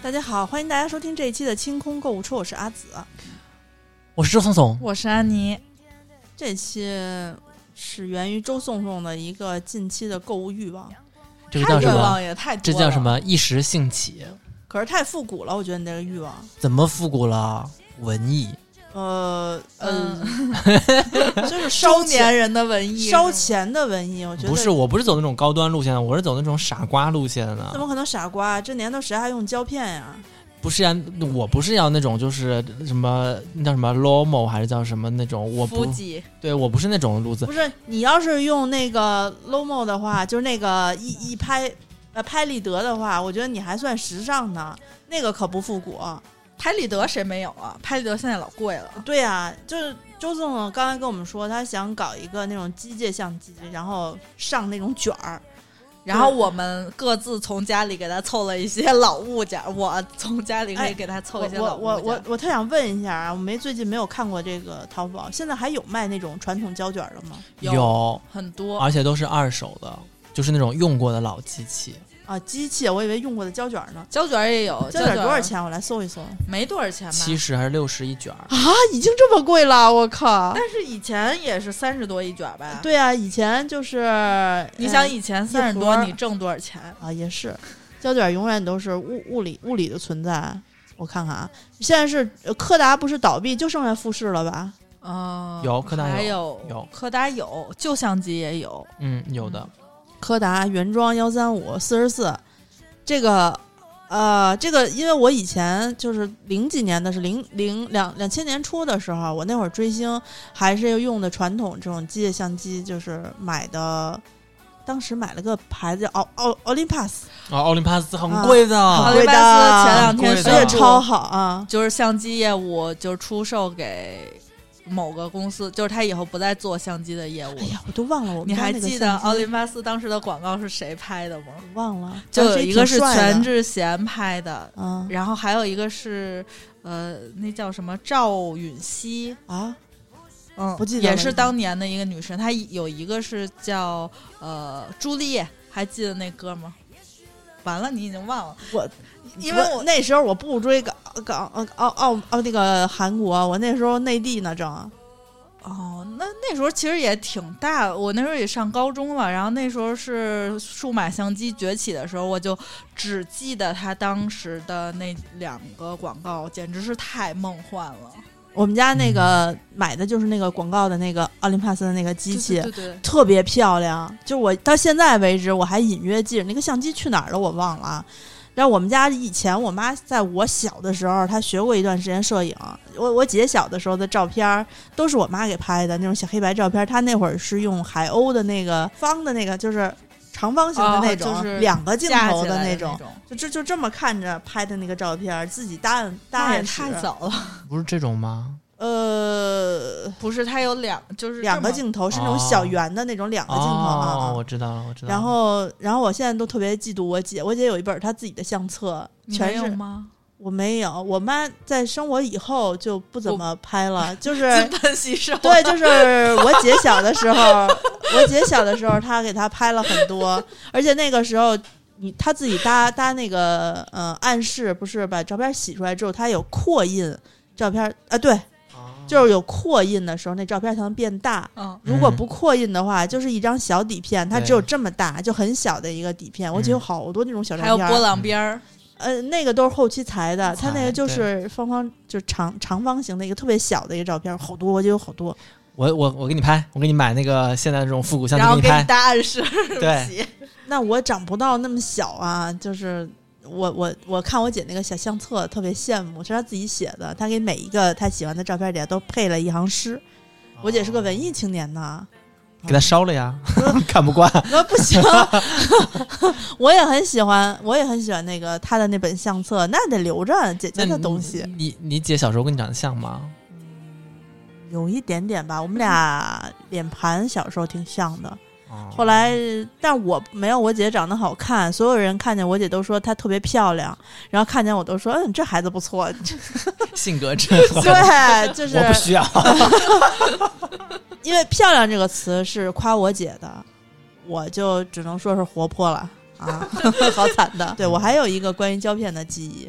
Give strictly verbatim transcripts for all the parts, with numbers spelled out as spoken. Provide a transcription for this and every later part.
大家好，欢迎大家收听这一期的清空购物车，我是阿紫， 我是周松松， 我是安妮。 这期是源于周颂颂的一个近期的购物欲望， 这个叫什欲么？ 望也太多了， 这叫什么？一时兴起。 可是太复古了，我觉得你这个欲望怎么复古了？文艺。 呃嗯， 呃就是烧中年人的文艺， 烧钱的文艺，我觉得不是，我不是走那种高端路线的，我是走那种傻瓜路线的。 怎么可能傻瓜？这年头谁还用胶片呀？ 不是呀，我不是要那种就是什么那叫什么 Lomo 还是叫什么那种，我不对，我不是那种路子。 不是，你要是用那个 Lomo 的话，就是那个一一拍呃拍立得的话，我觉得你还算时尚呢，那个可不复古。 拍立得谁没有啊？拍立得现在老贵了。 对啊，就是周总刚才跟我们说，他想搞一个那种机械相机，然后上那种卷儿。 然后我们各自从家里给他凑了一些老物件，我从家里可以给他凑一些老物件。 我我我我特想问一下啊，我没最近没有看过这个淘宝，现在还有卖那种传统胶卷的吗？ 有, 有很多， 而且都是二手的，就是那种用过的老机器。 啊，机器，我以为用过的胶卷呢。 胶卷也有， 胶卷多少钱？我来搜一搜。 没多少钱吧？ 七十还是六十一卷啊？已经这么贵了，我靠！ 但是以前也是三十多一卷吧？ 对啊，以前就是你想以前三十多，你挣多少钱啊？也是，胶卷永远都是物物理物理的存在。我看看啊，现在是柯达不是倒闭，就剩下富士了吧？ 啊、 呃，有柯达有， 还有有柯达有，旧相机也有， 嗯，有的。 嗯柯达原装幺三五四十四，这个呃，这个因为我以前就是零几年的是零零两两千年初的时候，我那会儿追星还是用的传统这种机械相机，就是买的，当时买了个牌子奥奥奥林帕斯啊，奥林帕斯很贵的， 啊、 奥林帕斯前两天也超好啊， 就是相机业务就是出售给某个公司，就是他以后不再做相机的业务。 哎呀，我都忘了我们你还记得奥林巴斯当时的广告是谁拍的吗？ 我忘了， 就有一个是全智贤拍的， 嗯， 然后还有一个是呃，那叫什么赵允熙啊， 嗯， 不记得也是当年的一个女神。她有一个是叫呃朱丽叶，还记得那歌吗？完了，你已经忘了我。 因为我那时候我不追港港澳澳澳那个韩国，我那时候内地呢正。 哦，那那时候其实也挺大，我那时候也上高中了，然后那时候是数码相机崛起的时候，我就只记得他当时的那两个广告，简直是太梦幻了。 我们家那个、嗯、买的就是那个广告的那个奥林帕斯的那个机器， 对对对， 特别漂亮。就我到现在为止，我还隐约记着那个相机去哪儿了，我忘了。然后我们家以前我妈在我小的时候，她学过一段时间摄影。我我姐小的时候的照片都是我妈给拍的，那种小黑白照片。她那会儿是用海鸥的那个方的那个，就是长方形的那种， 哦就是、 两个镜头的那种， 就就就这么看着拍的那个照片，自己搭案搭案太早了， 不是这种吗？ 呃， 不是，它有两，就是两个镜头，是那种小圆的那种两个镜头啊。 哦，我知道了，我知道了。 然后，然后我现在都特别嫉妒我姐，我姐有一本她自己的相册，全是吗？ 我没有，我妈在生我以后就不怎么拍了，就是资本吸收。 对，就是我姐小的时候，我姐小的时候，她给她拍了很多，而且那个时候。你他自己搭搭那个呃暗示，不是把照片洗出来之后，它有扩印照片啊，对，就是有扩印的时候，那照片才能变大。 嗯， 如果不扩印的话，就是一张小底片，它只有这么大，就很小的一个底片。我记得有好多那种小照片， 还有波浪边儿， 呃，那个都是后期裁的，它那个就是方方就长长方形的一个特别小的一个照片，好多，我就有好多。 我我我给你拍，我给你买那个现在这种复古相机， 然后给你拍， 给你搭暗示。 对。 那我长不到那么小啊，就是我我我看我姐那个小相册特别羡慕，是她自己写的，她给每一个她喜欢的照片底下都配了一行诗。我姐是个文艺青年呢， 给她烧了呀，看不惯。 我不行，我也很喜欢，我也很喜欢那个她的那本相册，那得留着姐姐的东西。 你 你, 你姐小时候跟你长得像吗？ 嗯，有一点点吧，我们俩脸盘小时候挺像的。后来，但我没有我姐长得好看，所有人看见我姐都说她特别漂亮，然后看见我都说，嗯，这孩子不错， 性格真好。 对，就是我不需要， 因为漂亮这个词是夸我姐的，我就只能说是活泼了啊，好惨的。对，我还有一个关于胶片的记忆，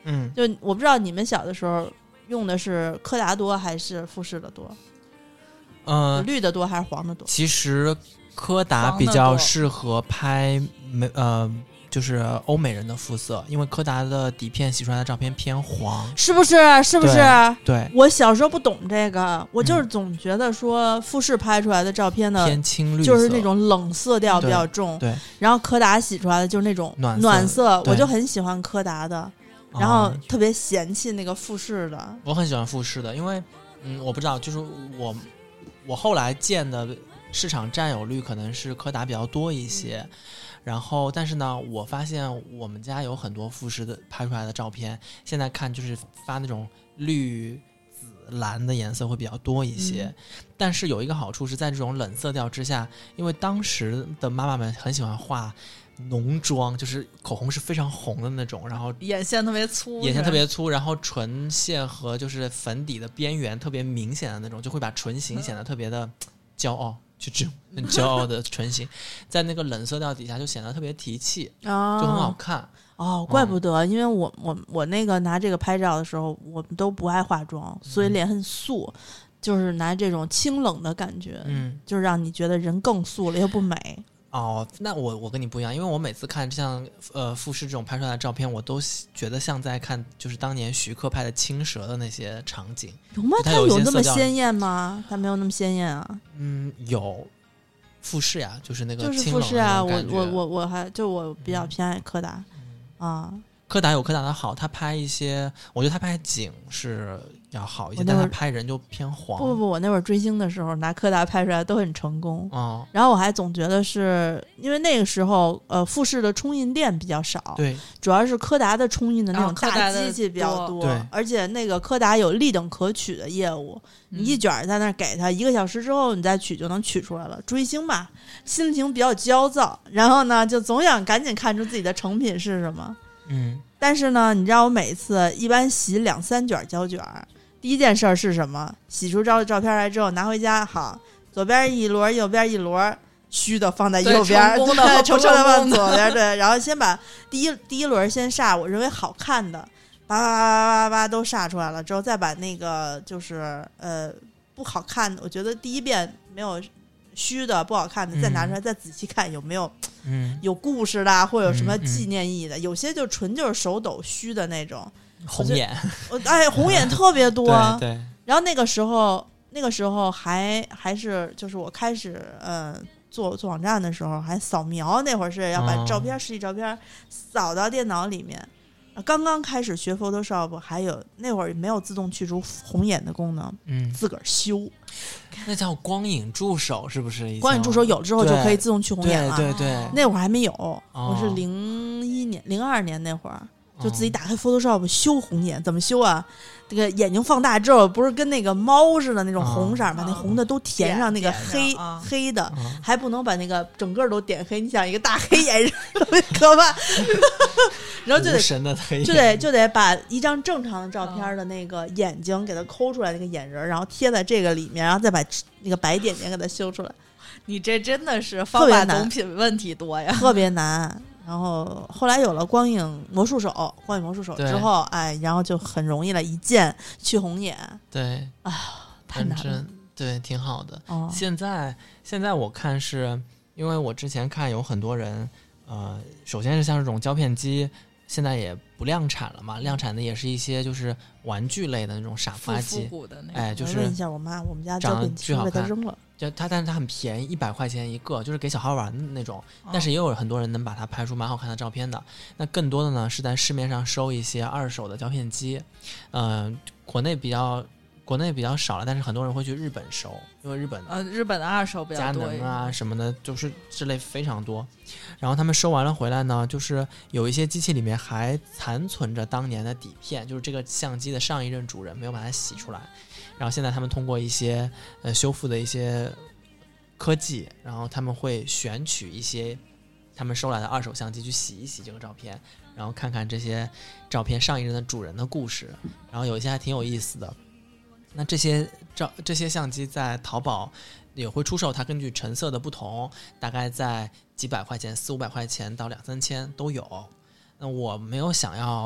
嗯， 就我不知道你们小的时候用的是柯达多还是富士的多？ 呃， 绿的多还是黄的多？ 其实柯达比较适合拍美呃。就是欧美人的肤色，因为柯达的底片洗出来的照片偏黄， 是不是？是不是？ 对，对我小时候不懂这个，我就是总觉得说富士拍出来的照片呢偏青绿色， 就是那种冷色调比较重， 对。对， 然后柯达洗出来的就是那种暖色，暖色我就很喜欢柯达的，然后特别嫌弃那个富士的。 我很喜欢富士的，因为嗯，我不知道，就是我我后来见的市场占有率可能是柯达比较多一些。嗯，然后但是呢我发现我们家有很多富士的拍出来的照片，现在看就是发那种绿紫蓝的颜色会比较多一些。嗯，但是有一个好处是在这种冷色调之下，因为当时的妈妈们很喜欢画浓妆，就是口红是非常红的那种，然后眼线特别粗， 眼线特别粗，然后唇线和就是粉底的边缘特别明显的那种，就会把唇形显得特别的骄傲，就这种很骄傲的唇形，在那个冷色调底下就显得特别提气， 哦， 就很好看。 哦，怪不得，嗯，因为我我我那个拿这个拍照的时候，我们都不爱化妆，所以脸很素，嗯，就是拿这种清冷的感觉， 嗯， 就是让你觉得人更素了又不美。 哦，那我我跟你不一样，因为我每次看像呃富士这种拍出来的照片，我都觉得像在看就是当年徐克拍的青蛇的那些场景。 有吗？它有那么鲜艳吗？它没有那么鲜艳啊。 嗯，有富士呀，就是那个就是富士啊，我我我我还就我比较偏爱柯达，嗯，啊。 柯达有柯达的好，他拍一些，我觉得他拍景是要好一些，但他拍人就偏黄。 不不不，我那会儿追星的时候拿柯达拍出来都很成功。 哦， 然后我还总觉得是因为那个时候呃富士的冲印店比较少， 对， 主要是柯达的冲印的那种大机器比较多，对， 而且那个柯达有立等可取的业务，你一卷在那儿给他，一个小时之后你再取就能取出来了。追星吧，心情比较焦躁，然后呢就总想赶紧看出自己的成品是什么。 嗯， 但是呢，你知道我每次一般洗两三卷胶卷，第一件事是什么？洗出照照片来之后拿回家，好，左边一摞，右边一摞，虚的放在右边， 成功的成功的放左边，对，然后先把第一第一轮先煞我认为好看的，叭叭叭叭叭叭都煞出来了之后，再把那个就是呃不好看的，我觉得第一遍没有虚的不好看的，再拿出来，嗯，再仔细看有没有。 嗯， 有故事的或者有什么纪念意义的，嗯嗯，有些就纯就是手抖虚的那种红眼， 我哎红眼特别多。 对, 对， 然后那个时候那个时候还还是就是我开始呃做做网站的时候还扫描，那会儿是要把照片，哦，实际照片扫到电脑里面。刚刚开始学 Photoshop， 还有那会儿没有自动去除红眼的功能， 嗯， 自个儿修。 那叫光影助手是不是？ 光影助手有之后就可以自动去红眼了。 对对对， 那会儿还没有， 哦， 我是零一年、零二年那会儿就自己打开 Photoshop 修红眼，怎么修啊？这个眼睛放大之后，不是跟那个猫似的那种红色嘛？ 哦， 那红的都填上那个黑哦， 黑的， 哦， 还不能把那个整个都点黑。你想一个大黑眼特别可怕，然后就得神的黑就得就得把一张正常的照片的那个眼睛给它抠出来，那个眼仁，然后贴在这个里面，然后再把那个白点点给它修出来。 你这真的是方法总品问题多呀， 特别难。然后后来有了光影魔术手，光影魔术手之后，哎，然后就很容易了，一键去红眼。 对， 啊，太难了。 对，挺好的。 哦， 现在现在我看是因为我之前看有很多人，呃，首先是像这种胶片机，现在也不量产了嘛，量产的也是一些就是玩具类的那种傻瓜机，哎，就是问一下我妈，我们家胶片机被她扔了。 就它，但是它很便宜，一百块钱一个，就是给小孩玩的那种。但是也有很多人能把它拍出蛮好看的照片的。那更多的呢是在市面上收一些二手的胶片机，嗯、呃，国内比较国内比较少了，但是很多人会去日本收，因为日本呃日本的二手比较多， 佳能啊什么的，就是之类非常多。然后他们收完了回来呢，就是有一些机器里面还残存着当年的底片，就是这个相机的上一任主人没有把它洗出来。然后现在他们通过一些呃修复的一些科技，然后他们会选取一些他们收来的二手相机去洗一洗这个照片，然后看看这些照片上一任的主人的故事，然后有一些还挺有意思的。那这些照这些相机在淘宝也会出售，它根据成色的不同，大概在几百块钱、四五百块钱到两三千都有。那我没有想要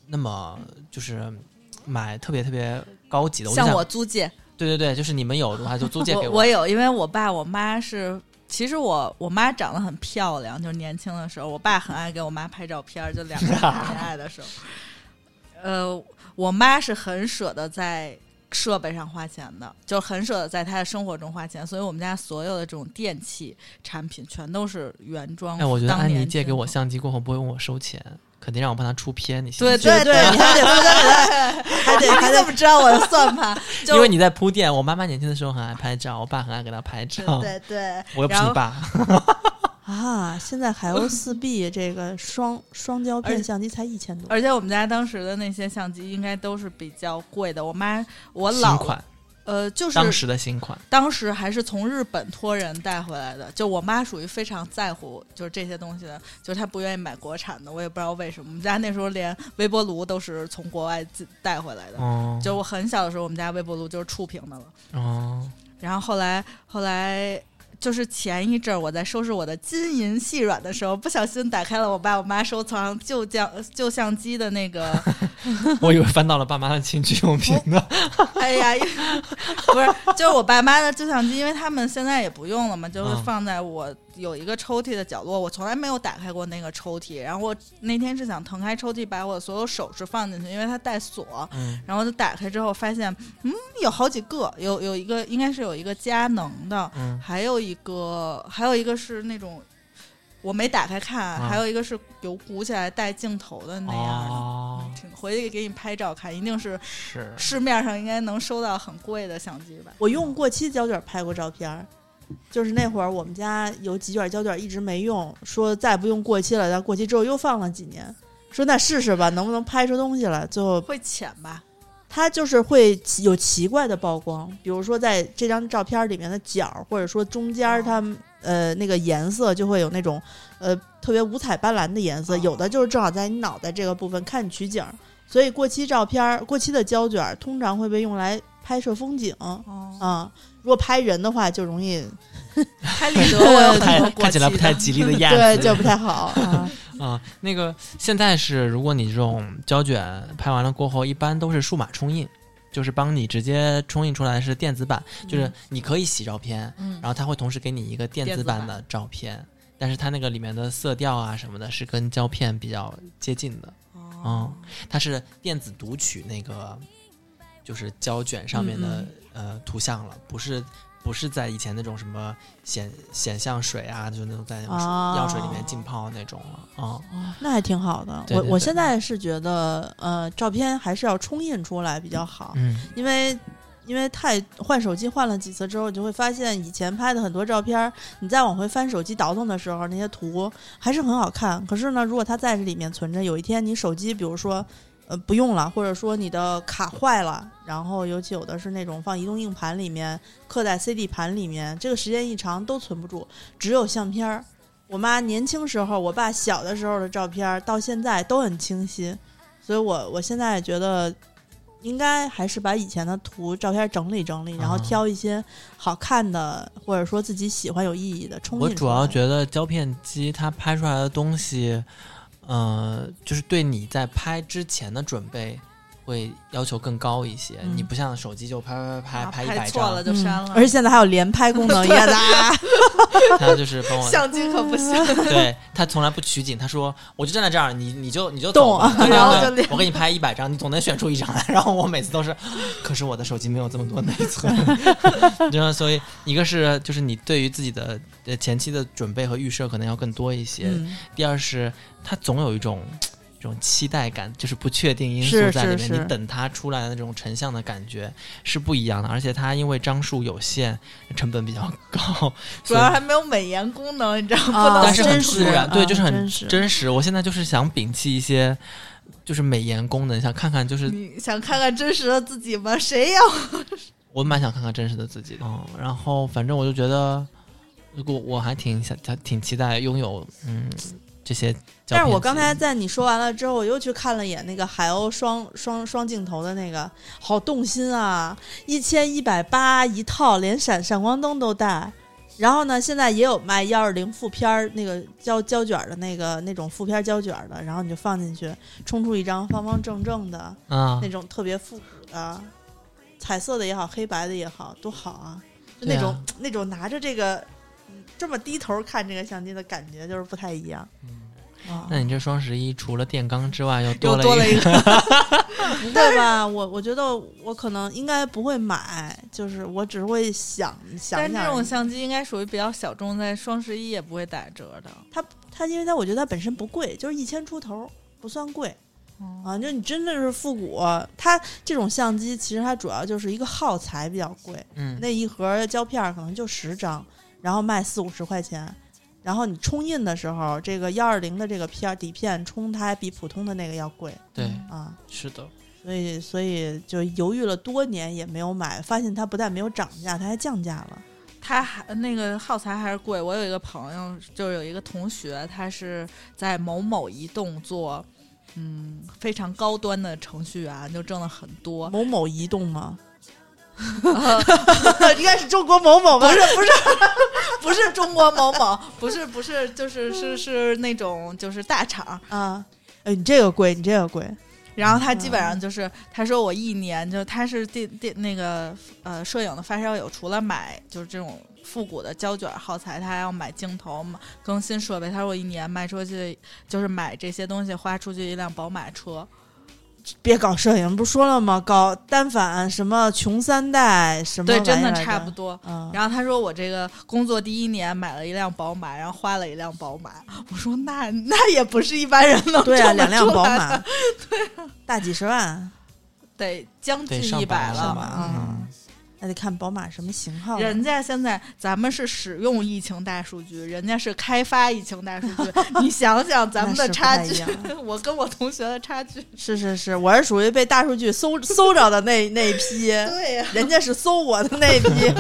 那么就是买特别特别高级的， 像我我租借， 对对对，就是你们有的话就租借给我。我有，因为我爸我妈是，其实我我妈长得很漂亮，就是年轻的时候，我爸很爱给我妈拍照片，就两个人谈恋爱的时候。呃，我妈是很舍得在设备上花钱的，就很舍得在她的生活中花钱，所以我们家所有的这种电器产品全都是原装。 哎，我觉得安妮借给我相机过后不会问我收钱，肯定让我帮她出片。你对对对，你还得负责，还得还得怎么知道我的算盘？ 因为你在铺垫。我妈妈年轻的时候很爱拍照，我爸很爱给她拍照。 对对， 我又不是你爸。 啊，现在海鸥四 B 这个双双胶片相机才一千多， 而且我们家当时的那些相机应该都是比较贵的。我妈我老新款， 呃，就是当时的新款， 当时还是从日本托人带回来的。就我妈属于非常在乎就是这些东西的，就是她不愿意买国产的，我也不知道为什么。我们家那时候连微波炉都是从国外自带回来的。 哦， 就我很小的时候，我们家微波炉就是触屏的了。 哦， 然后后来后来。就是前一阵我在收拾我的金银细软的时候，不小心打开了我爸我妈收藏旧相旧相机的那个， 我以为翻到了爸妈的情趣用品呢。 哎呀，不是，就是我爸妈的旧相机，因为他们现在也不用了嘛，就是放在我有一个抽屉的角落，我从来没有打开过那个抽屉。然后我那天是想腾开抽屉，把我所有首饰放进去，因为它带锁。 嗯， 然后就打开之后发现，嗯，有好几个，有有一个应该是有一个佳能的， 嗯， 还有一个还有一个是那种我没打开看， 啊、 还有一个是有鼓起来带镜头的那样。 哦， 回去给你拍照看，一定是是市面上应该能收到很贵的相机吧。 我用过期胶卷拍过照片，就是那会儿我们家有几卷胶卷一直没用，说再不用过期了，但过期之后又放了几年，说那试试吧，能不能拍出东西来。最后会浅吧， 它就是会有奇怪的曝光，比如说在这张照片里面的角，或者说中间它、哦、呃那个颜色就会有那种呃特别五彩斑斓的颜色、哦、有的就是正好在你脑袋这个部分看取景。所以过期照片过期的胶卷通常会被用来拍摄风景、哦嗯、如果拍人的话就容易拍李德我有很多看起来不太吉利的样子， 对，就不太好啊。 啊，那个现在是，如果你这种胶卷拍完了过后，一般都是数码冲印，就是帮你直接冲印出来是电子版，嗯、就是你可以洗照片、嗯，然后它会同时给你一个电子版的照片，但是它那个里面的色调啊什么的，是跟胶片比较接近的。哦，嗯、它是电子读取那个就是胶卷上面的、嗯、呃图像了，不是。不是在以前那种什么显显像水啊，就那种在药水里面浸泡那种了啊、哦哦，那还挺好的。 对对对， 我我现在是觉得，呃，照片还是要冲印出来比较好， 嗯， 因为因为太换手机换了几次之后，你就会发现以前拍的很多照片，你再往回翻手机倒腾的时候，那些图还是很好看。可是呢，如果它在这里面存着，有一天你手机，比如说。呃，不用了，或者说你的卡坏了，然后尤其有的是那种放移动硬盘里面，刻在 C D 盘里面，这个时间一长都存不住，只有相片儿。我妈年轻时候，我爸小的时候的照片到现在都很清晰，所以我我现在觉得应该还是把以前的图照片整理整理，然后挑一些好看的，或者说自己喜欢有意义的冲印出来。 我主要觉得胶片机它拍出来的东西。呃，就是对你在拍之前的准备会要求更高一些、嗯、你不像手机就拍拍拍拍一百张、啊、 拍错了就删了、嗯、 而且现在还有连拍功能一样的他就是帮我相机可不行， 对，他从来不取景，他说我就站在这儿，你你就你就动啊， 然后就我给你拍一百张，你总能选出一张来。然后我每次都是，可是我的手机没有这么多内存，所以一个是就是你对于自己的前期的准备和预设可能要更多一些、嗯、第二是它总有一种这种期待感，就是不确定因素在里面， 是是是， 你等它出来的那种成像的感觉是不一样的，而且它因为张数有限，成本比较高， 主要还没有美颜功能，你知道吗？ 啊、 但是很自然，对，就是很真实。 真实。我现在就是想摒弃一些就是美颜功能，想看看就是你想看看真实的自己吗？谁要？ 我蛮想看看真实的自己的，嗯，然后反正我就觉得，如果我还挺想挺期待拥有嗯。这些， 但是我刚才在你说完了之后，我又去看了一眼那个海鸥双双双镜头的那个，好动心啊！一千一百八一套，连闪闪光灯都带， 然后呢，现在也有卖幺二零负片儿那个胶胶卷的那个那种负片胶卷的，然后你就放进去，冲出一张方方正正的、 啊、 那种特别复古的，彩色的也好，黑白的也好，多好啊！就那种、啊、那种拿着这个这么低头看这个相机的感觉，就是不太一样。 嗯哦、那你这双十一除了电缸之外，又多了一个， 不会吧？我我觉得我可能应该不会买，就是我只会想想。 但这种相机应该属于比较小众，在双十一也不会打折的。 它它因为它我觉得它本身不贵，就是一千出头，不算贵。嗯、啊，就你真的是复古，它这种相机其实它主要就是一个耗材比较贵， 嗯， 那一盒胶片可能就十张，然后卖四五十块钱。然后你冲印的时候，这个幺二零的这个片底片冲它还比普通的那个要贵。 对啊， 是的。 所以所以就犹豫了多年也没有买，发现它不但没有涨价，它还降价了。 它还那个耗材还是贵。我有一个朋友，就有一个同学，他是在某某移动做，嗯，非常高端的程序员，就挣了很多。 某某移动吗？应该是中国某某吧？ 不是不是不是中国某某，不是不是就是是是那种就是大厂啊。哎，你这个贵，你这个贵。 然后他基本上就是，他说我一年就他是电电那个呃摄影的发烧友，除了买就是这种复古的胶卷耗材，他还要买镜头、更新设备。他说我一年卖出去就是买这些东西，花出去一辆宝马车。 别搞摄影，不说了吗？搞单反什么穷三代什么， 对，真的差不多。 嗯、 然后他说我这个工作第一年买了一辆宝马，然后花了一辆宝马。我说那那也不是一般人能对啊，两辆宝马， 对、啊， 大几十万， 得将近一百了嘛。嗯，那得看宝马什么型号。 人家现在咱们是使用疫情大数据，人家是开发疫情大数据。你想想咱们的差距，我跟我同学的差距。 是是是，我是属于被大数据搜搜着的那那一批。 对呀、啊， 人家是搜我的那一批。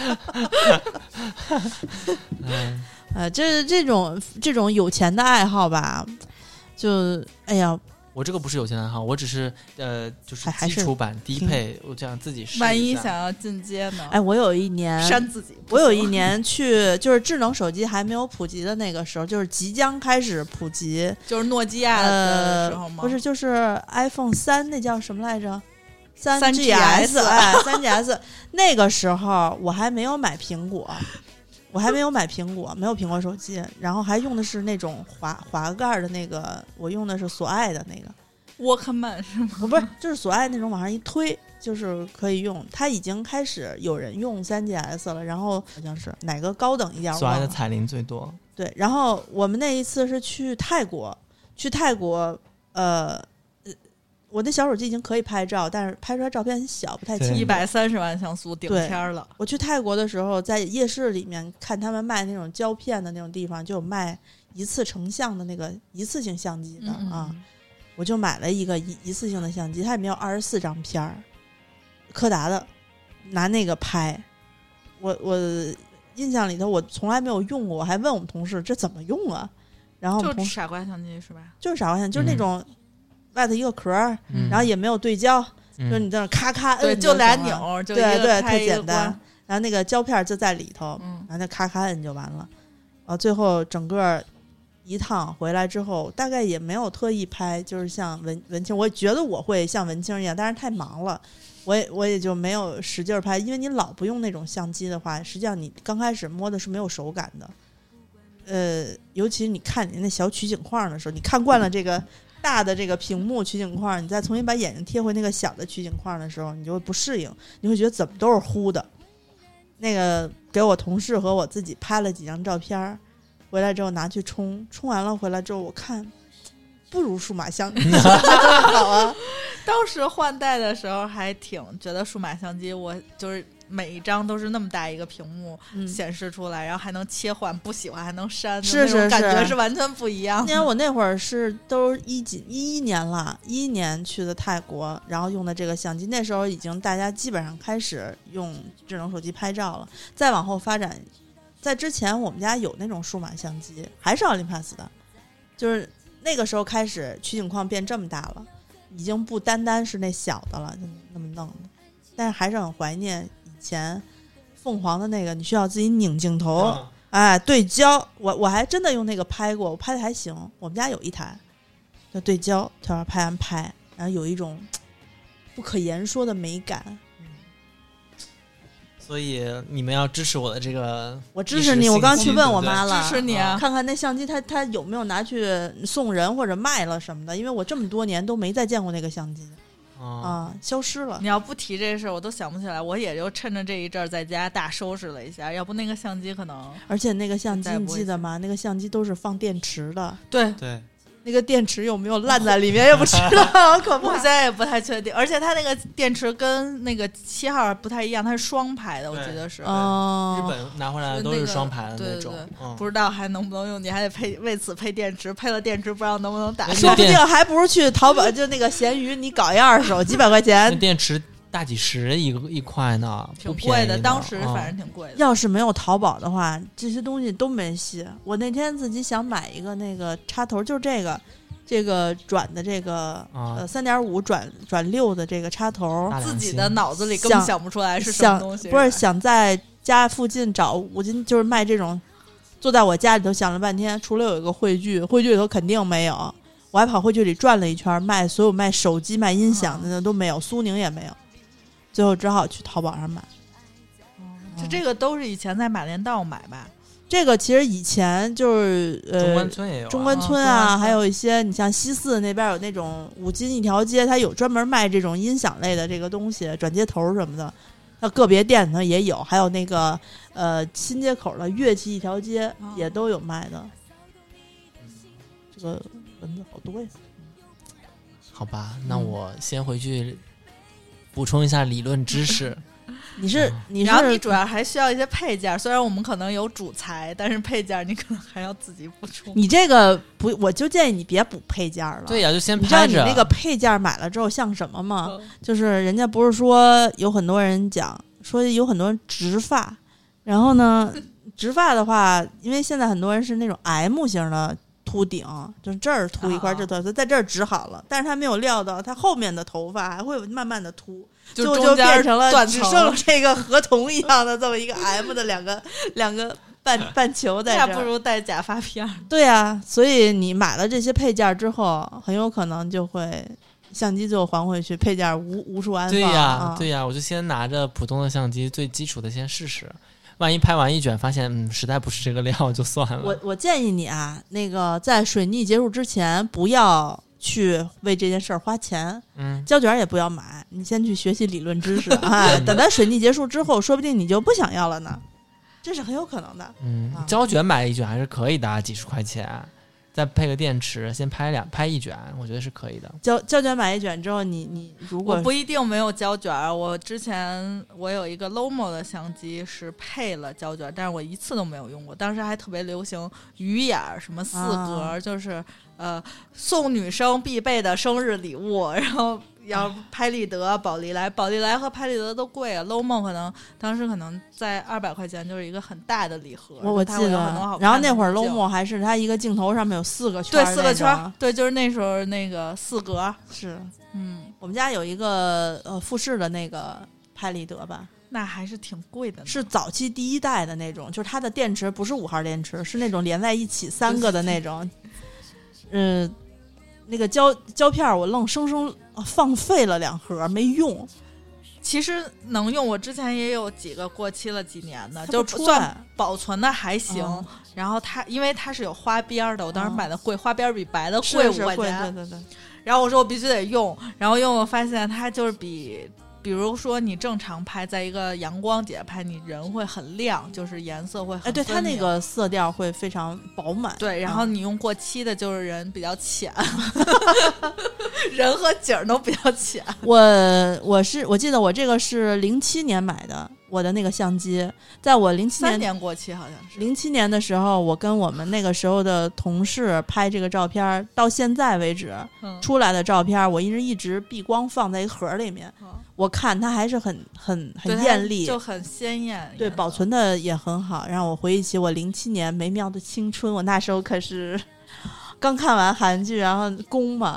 呃，这这种这种有钱的爱好吧，就哎呀。 我这个不是有钱爱好，我只是呃，就是基础版低配，我这样自己试一下。 万一想要进阶呢？ 哎，我有一年删自己， 我有一年去，就是智能手机还没有普及的那个时候，就是即将开始普及， 就是诺基亚的时候吗？ 呃、不是，就是 iPhone 三，那叫什么来着？ 三 G S， 哎，三 G S 那个时候我还没有买苹果。我还没有买苹果，没有苹果手机，然后还用的是那种滑滑盖的那个，我用的是索爱的那个 Walkman 是吗？ 不是，就是索爱那种往上一推就是可以用。它已经开始有人用 三 G S 了，然后好像是哪个高等一点， 索爱的彩铃最多。 对，然后我们那一次是去泰国，去泰国，呃。我那小手机已经可以拍照，但是拍出来照片很小，不太清楚。 一百三十万像素顶天了。 我去泰国的时候，在夜市里面看他们卖那种胶片的那种地方，就有卖一次成像的那个一次性相机的嗯嗯啊，我就买了一个一一次性的相机，它里面有二十四张片儿，柯达的，拿那个拍。我我印象里头我从来没有用过，我还问我们同事这怎么用啊？然后我们同事就是傻瓜相机是吧？ 就是傻瓜相机，就是那种。嗯外头一个壳、 嗯， 然后也没有对焦， 嗯、 就是你在那咔咔摁对，就俩钮，就对对， 太简单。然后那个胶片就在里头， 嗯、 然后那咔咔摁就完了。然后最后整个一趟回来之后，大概也没有特意拍，就是像文文青，我觉得我会像文青一样，但是太忙了，我也我也就没有使劲拍。因为你老不用那种相机的话，实际上你刚开始摸的是没有手感的。呃，尤其你看你那小取景框的时候，你看惯了这个。大的这个屏幕取景框，你再重新把眼睛贴回那个小的取景框的时候，你就会不适应，你会觉得怎么都是糊的。那个给我同事和我自己拍了几张照片，回来之后拿去冲，冲完了回来之后，我看不如数码相机好啊。 当时换代的时候还挺觉得数码相机，我就是每一张都是那么大一个屏幕显示出来，嗯、然后还能切换，不喜欢还能删， 是是是， 感觉是完全不一样。 因为我那会儿是都一几一一年了，一一年去的泰国，然后用的这个相机，那时候已经大家基本上开始用智能手机拍照了。再往后发展，在之前我们家有那种数码相机，还是奥林帕斯的，就是那个时候开始取景框变这么大了，已经不单单是那小的了，就那么弄的。但是还是很怀念以前凤凰的那个，你需要自己拧镜头， 嗯哎，对焦，我我还真的用那个拍过，我拍的还行。我们家有一台，叫对焦，调着拍完拍，然后有一种不可言说的美感。 所以你们要支持我的这个， 我支持你，我刚去问我妈了， 支持你啊， 看看那相机它它有没有拿去送人或者卖了什么的，因为我这么多年都没再见过那个相机。啊、嗯，消失了。 你要不提这事我都想不起来。我也就趁着这一阵在家大收拾了一下，要不那个相机可能…… 而且那个相机你记得吗？那个相机都是放电池的。 对对， 那个电池有没有烂在里面也不知道，好可怕。 我现在也不太确定。而且它那个电池跟那个七号不太一样，它是双排的，我记得是。 哦， 日本拿回来的都是双排的那种， 对对对嗯、 不知道还能不能用，你还得配为此配电池，配了电池不知道能不能打。 说不定还不如去淘宝就那个闲鱼，你搞一二手几百块钱， 那电池大几十一个一块呢， 挺贵的。 当时反正挺贵的、 嗯。要是没有淘宝的话，这些东西都没戏。我那天自己想买一个那个插头，就这个。这个转的这个、啊、呃三点五转转六的这个插头， 自己的脑子里根本想不出来是什么东西。 不是想在家附近找，我今就是卖这种，坐在我家里头想了半天，除了有一个汇聚，汇聚里头肯定没有，我还跑汇聚里转了一圈，卖所有卖手机、卖音响的都没有，苏宁也没有，最后只好去淘宝上买。 嗯、就这个都是以前在马连道买吧。 这个其实以前就是呃， 中关村也有、啊， 中关村啊，还有一些你像西四那边有那种五金一条街，它有专门卖这种音响类的这个东西，转接头什么的。那个别店呢也有，还有那个呃新街口的乐器一条街也都有卖的。哦、这个蚊子好多呀！ 好吧，那我先回去补充一下理论知识。 你是你是， 然后你主要还需要一些配件，虽然我们可能有主材，但是配件你可能还要自己补充。 你这个不，我就建议你别补配件了。 对呀、啊，就先拍着。 你知道你那个配件买了之后像什么吗？嗯、就是人家不是说有很多人讲说有很多人植发，然后呢，植发的话，因为现在很多人是那种 M 型的秃顶，就是这儿秃一块，这头在这儿植好了，但是他没有料到他后面的头发还会慢慢的秃。就就变成了只剩这个合同一样的这么一个 M 的两个两个半半球在这儿， 那不如带假发片。 对啊，所以你买了这些配件之后，很有可能就会相机就还回去，配件无无处安放。 对呀、 啊， 对呀，我就先拿着普通的相机，最基础的先试试。万一拍完一卷发现嗯实在不是这个料就算了。 我我建议你啊，那个在水逆结束之前不要去为这件事儿花钱， 嗯， 胶卷也不要买，你先去学习理论知识啊。等到水逆结束之后，说不定你就不想要了呢，这是很有可能的。 嗯， 啊、 胶卷买一卷还是可以的，几十块钱，再配个电池，先拍两拍一卷，我觉得是可以的。 胶胶卷买一卷之后，你你如果我不一定没有胶卷，我之前我有一个 Lomo 的相机是配了胶卷，但是我一次都没有用过。当时还特别流行鱼眼什么四格，啊、就是呃送女生必备的生日礼物，然后要拍立得、宝丽来，宝丽来和拍立得都贵啊。Lomo 可能当时可能在二百块钱就是一个很大的礼盒， 我我记得。然后那会儿 Lomo 还是它一个镜头上面有四个圈， 对，四个圈，对，就是那时候那个四格是， 嗯， 我们家有一个呃富士的那个拍立得吧。 那还是挺贵的呢， 是早期第一代的那种，就是它的电池不是五号电池，是那种连在一起三个的那种。嗯、呃，那个胶胶片我愣生生放废了两盒没用。 其实能用，我之前也有几个过期了几年的，就算保存的还行。嗯、然后它因为它是有花边的，我当时买的贵，嗯、花边比白的贵五块钱。 对对对。 然后我说我必须得用，然后用我发现它就是比。比如说你正常拍，在一个阳光底下拍，你人会很亮，就是颜色会很分明。 哎，对，它那个色调会非常饱满。 对，然后你用过期的，就是人比较浅，人和景都比较浅。 我我是我记得我这个是零七年买的，我的那个相机，在我零七年三年过期好像是零七年的时候，我跟我们那个时候的同事拍这个照片，到现在为止、嗯、出来的照片，我一直一直避光放在一个盒里面。嗯我看它还是很很很艳丽， 就很鲜艳， 对，保存的也很好。让我回忆起我零七年美妙的青春，我那时候可是刚看完韩剧，然后宫嘛，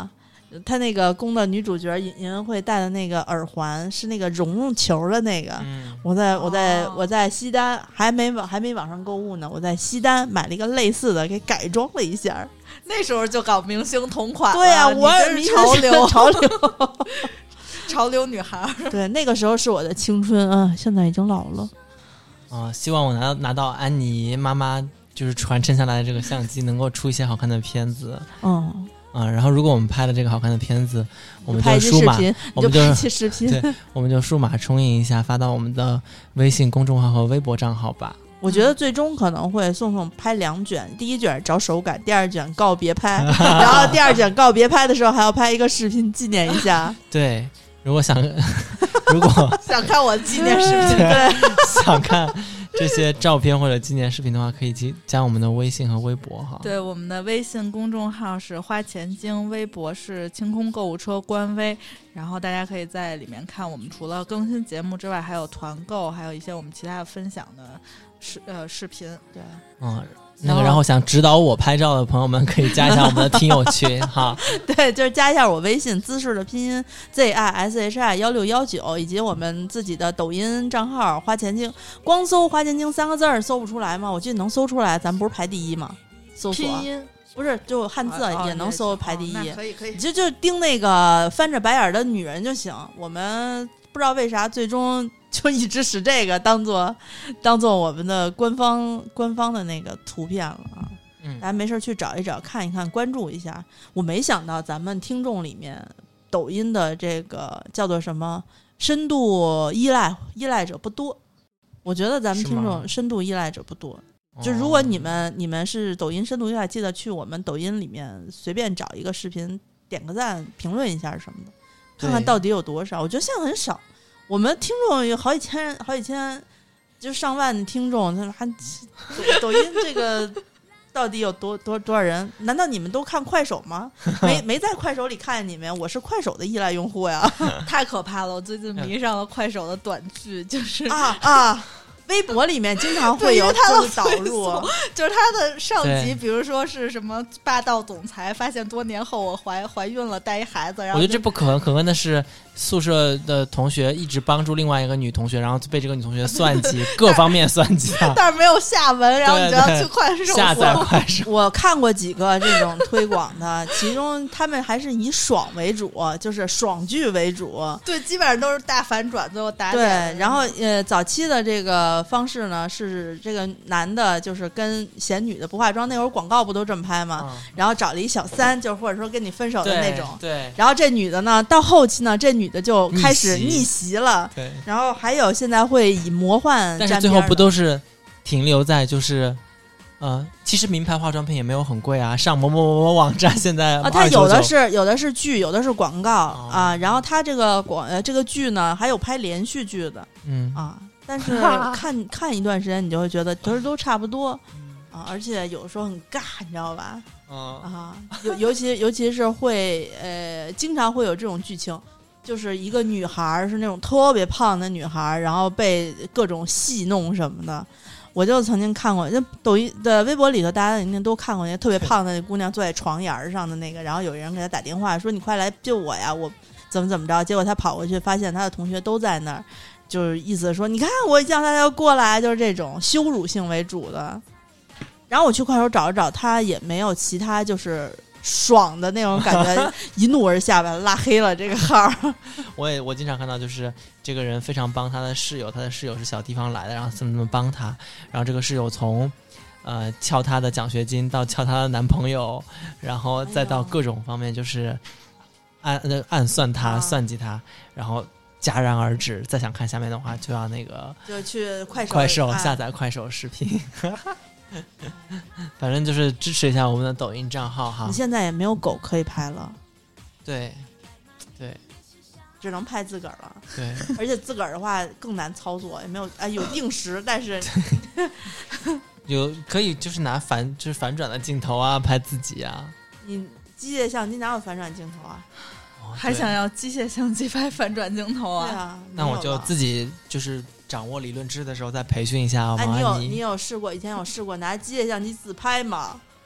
他那个宫的女主角尹银会戴的那个耳环是那个绒绒球的那个， 嗯、 我在我在、 哦、 我在西单还没网还没网上购物呢，我在西单买了一个类似的，给改装了一下。 那时候就搞明星同款了， 对啊，我是潮流潮流潮流女孩。 对，那个时候是我的青春啊，现在已经老了。 啊、呃，希望我拿到拿到安妮妈妈就是传承下来的这个相机，能够出一些好看的片子。 嗯。 啊、呃，然后如果我们拍了这个好看的片子，我们就数码，我们就拍一期视频， 对，我们就数码冲印一下，发到我们的微信公众号和微博账号吧。 我觉得最终可能会送送拍两卷，第一卷找手感，第二卷告别拍，然后第二卷告别拍的时候还要拍一个视频纪念一下。 对，如果想，如果想看我纪念视频， 对，想看这些照片或者纪念视频的话，可以加我们的微信和微博哈。 对，我们的微信公众号是花钱精，微博是清空购物车官微，然后大家可以在里面看我们除了更新节目之外，还有团购，还有一些我们其他的分享的视呃视频。对， 嗯。那个，然后想指导我拍照的朋友们可以加一下我们的听友群哈。 对，就是加一下我微信姿势的拼音 Z I S H I 一六一九，以及我们自己的抖音账号花钱精，光搜花钱精三个字儿搜不出来吗？我记得能搜出来，咱不是排第一吗？搜索拼音不是就汉字也能搜排第一， 哦、可以可以， 就就盯那个翻着白眼的女人就行。我们不知道为啥最终就一直使这个当做当做我们的官方官方的那个图片了啊！ 嗯， 大家没事去找一找，看一看，关注一下。我没想到咱们听众里面抖音的这个叫做什么深度依赖依赖者不多，我觉得咱们听众深度依赖者不多。就如果你们、哦、你们是抖音深度依赖，记得去我们抖音里面随便找一个视频，点个赞，评论一下什么的，看看到底有多少。我觉得现在很少，我们听众有好几千好几千就上万的听众，他还抖音这个到底有多多多少人？难道你们都看快手吗？没没在快手里看见你们，我是快手的依赖用户呀。 太可怕了，我最近迷上了快手的短剧，就是啊啊微博里面经常会有他的导入， 就是他的上集，比如说是什么霸道总裁发现多年后我怀怀孕了，带一孩子，然后我觉得这不可恨，可恨的是宿舍的同学一直帮助另外一个女同学，然后被这个女同学算计各方面算计他， 但是没有下文，然后你就要去快手下载快手。 我看过几个这种推广的，其中他们还是以爽为主，就是爽剧为主， 对，基本上都是大反转，最后打对，然后呃，早期的这个方式呢，是这个男的，就是跟嫌女的不化妆，那会儿广告不都这么拍吗？嗯、然后找了一小三，就或者说跟你分手的那种。 对。对然后这女的呢，到后期呢，这女的就开始逆袭了。 对。 然后还有现在会以魔幻， 但是最后不都是停留在就是呃，其实名牌化妆品也没有很贵啊，上某某某某网站现在啊，它有的是有的是剧，有的是广告、哦、啊。然后它这个广呃这个剧呢，还有拍连续剧的， 嗯啊。但是看看一段时间，你就会觉得其实都差不多啊，而且有时候很尬，你知道吧？ 嗯、 啊，尤尤其尤其是会呃，经常会有这种剧情，就是一个女孩是那种特别胖的女孩，然后被各种戏弄什么的。我就曾经看过，就抖音的微博里头，大家肯定都看过那特别胖的那姑娘坐在床沿上的那个，然后有人给她打电话说：“你快来救我呀！我怎么怎么着？”结果她跑过去，发现她的同学都在那儿。就是意思说，你看我叫他要过来，就是这种羞辱性为主的。然后我去快手找了找，他也没有其他就是爽的那种感觉，一怒而下把他拉黑了这个号。 我也我经常看到，就是这个人非常帮他的室友，他的室友是小地方来的，然后怎么怎么帮他，然后这个室友从呃撬他的奖学金到撬他的男朋友，然后再到各种方面就是暗暗算他、啊、算计他，然后。戛然而止，再想看下面的话，就要那个就去快手快手下载快手视频。反正就是支持一下我们的抖音账号哈。 你现在也没有狗可以拍了， 对，对， 只能拍自个儿了。 对， 而且自个儿的话更难操作，也没有哎有定时，但是有可以就是拿反就是反转的镜头啊，拍自己啊。 你机械相机哪有反转镜头啊？ 还想要机械相机拍反转镜头啊？ 对啊， 那我就自己就是掌握理论知识的时候再培训一下。 哎，你有你有试过？以前有试过拿机械相机自拍吗？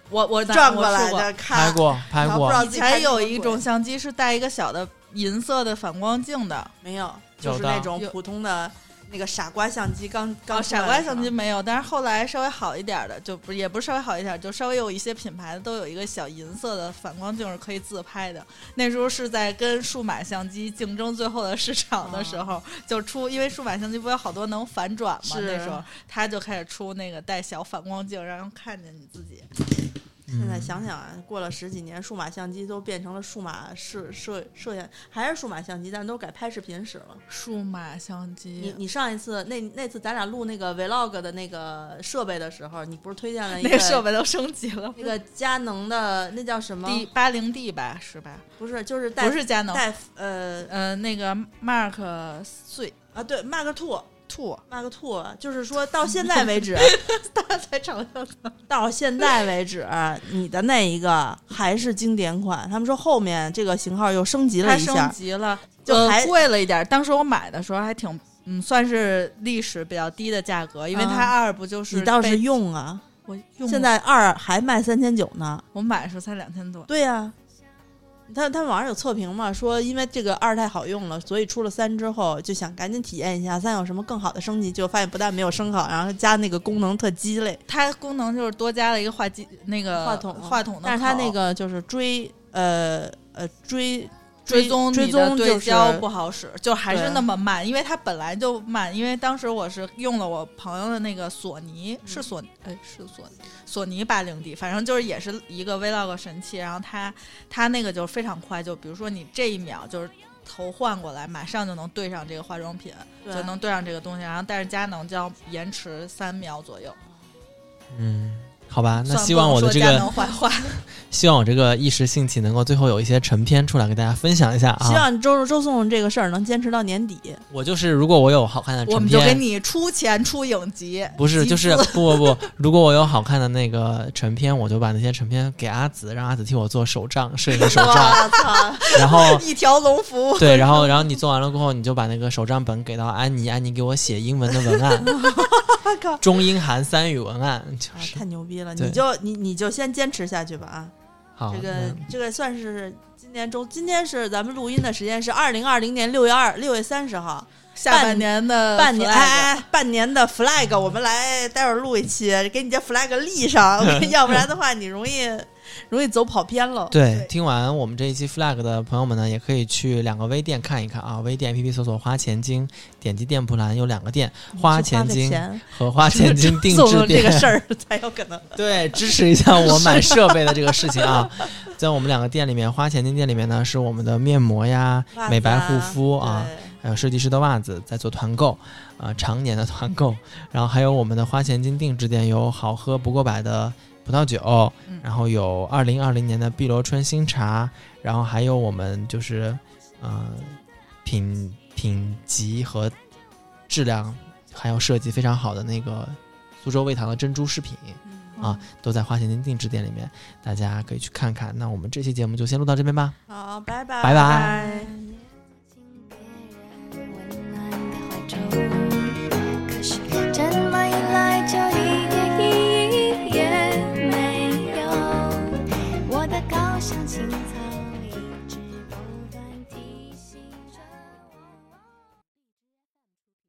我我转过来我的看， 拍过拍过。 以前有一种相机是带一个小的银色的反光镜的， 没有，就是那种普通的那个傻瓜相机刚刚、 哦、傻瓜相机没有，但是后来稍微好一点的，就不也不是稍微好一点，就稍微有一些品牌的都有一个小银色的反光镜是可以自拍的。那时候是在跟数码相机竞争最后的市场的时候，哦、就出，因为数码相机不有好多能反转嘛，那时候他就开始出那个带小反光镜，让人看见你自己。 现在想想啊，过了十几年，数码相机都变成了数码摄摄摄像，还是数码相机，但都改拍视频使了。 数码相机， 你你上一次那那次咱俩录那个 vlog 的那个设备的时候，你不是推荐了一个那个设备都升级了， 那个佳能的那叫什么 D 八零 D 吧，是吧？ 不是，就是带不是佳能， 带呃呃那个 Mark 碎啊，对 Mark Two。 兔 Mark Two， 就是说到现在为止， 大家才嘲笑他。 到现在为止，你的那一个还是经典款。他们说后面这个型号又升级了一下， 它升级了， 就还、 呃、贵了一点。当时我买的时候还挺，嗯，算是历史比较低的价格，因为它二不就是、 嗯、你倒是用啊， 我用现在二还卖三千九呢， 我买的时候才两千多。 对呀、啊。他他们网上有测评嘛，说因为这个二太好用了，所以出了三之后就想赶紧体验一下三有什么更好的升级，结果发现不但没有升好，然后加那个功能特鸡肋。 它功能就是多加了一个话机那个话筒话筒的口， 但是它那个就是追呃呃追。 追踪追踪对焦不好使，就还是那么慢，因为它本来就慢。因为当时我是用了我朋友的那个索尼，嗯、是索哎是索尼索尼八零 D， 反正就是也是一个 vlog 神器。然后它它那个就非常快，就比如说你这一秒就是头换过来，马上就能对上这个化妆品，就能对上这个东西。然后但是佳能就要延迟三秒左右。 嗯。好吧，那希望我的这个希望我这个一时兴起能够最后有一些成片出来给大家分享一下啊！ 希望周周颂这个事儿能坚持到年底。 我就是如果我有好看的成片， 我们就给你出钱出影集。 不是，就是不不不，如果我有好看的那个成片，我就把那些成片给阿紫，让阿紫替我做手账，摄影手账。然后一条龙服务。 对，然后然后你做完了过后，你就把那个手账本给到安妮，安妮给我写英文的文案。中英韩三语文案，就是啊、太牛逼了！你就你你就先坚持下去吧啊！ 好， 这个这个算是今年中，今天是咱们录音的时间是二零二零年六月二六月三十号， 下半年的半年哎哎半年的 flag， 我们来待会儿录一期，给你这 flag 立上，要不然的话你容易。容易走跑偏了。 对，对，听完我们这一期 flag 的朋友们呢，也可以去两个微店看一看啊。微店 A P P 搜索花钱精，点击店铺栏有两个店，花钱精和花钱精定制店。 这个事儿才有可能。 对，支持一下我买设备的这个事情啊。在我们两个店里面，花钱精店里面呢，是我们的面膜呀、 啊、 美白护肤啊，还有设计师的袜子在做团购啊、呃，常年的团购。然后还有我们的花钱精定制店有好喝不过百的葡萄酒，然后有二零二零年的碧螺春新茶，然后还有我们就是呃品品级和质量还有设计非常好的那个苏州味堂的珍珠饰品、嗯、啊，都在花钱精定制店里面，大家可以去看看。那我们这期节目就先录到这边吧。 好，拜拜， 拜拜。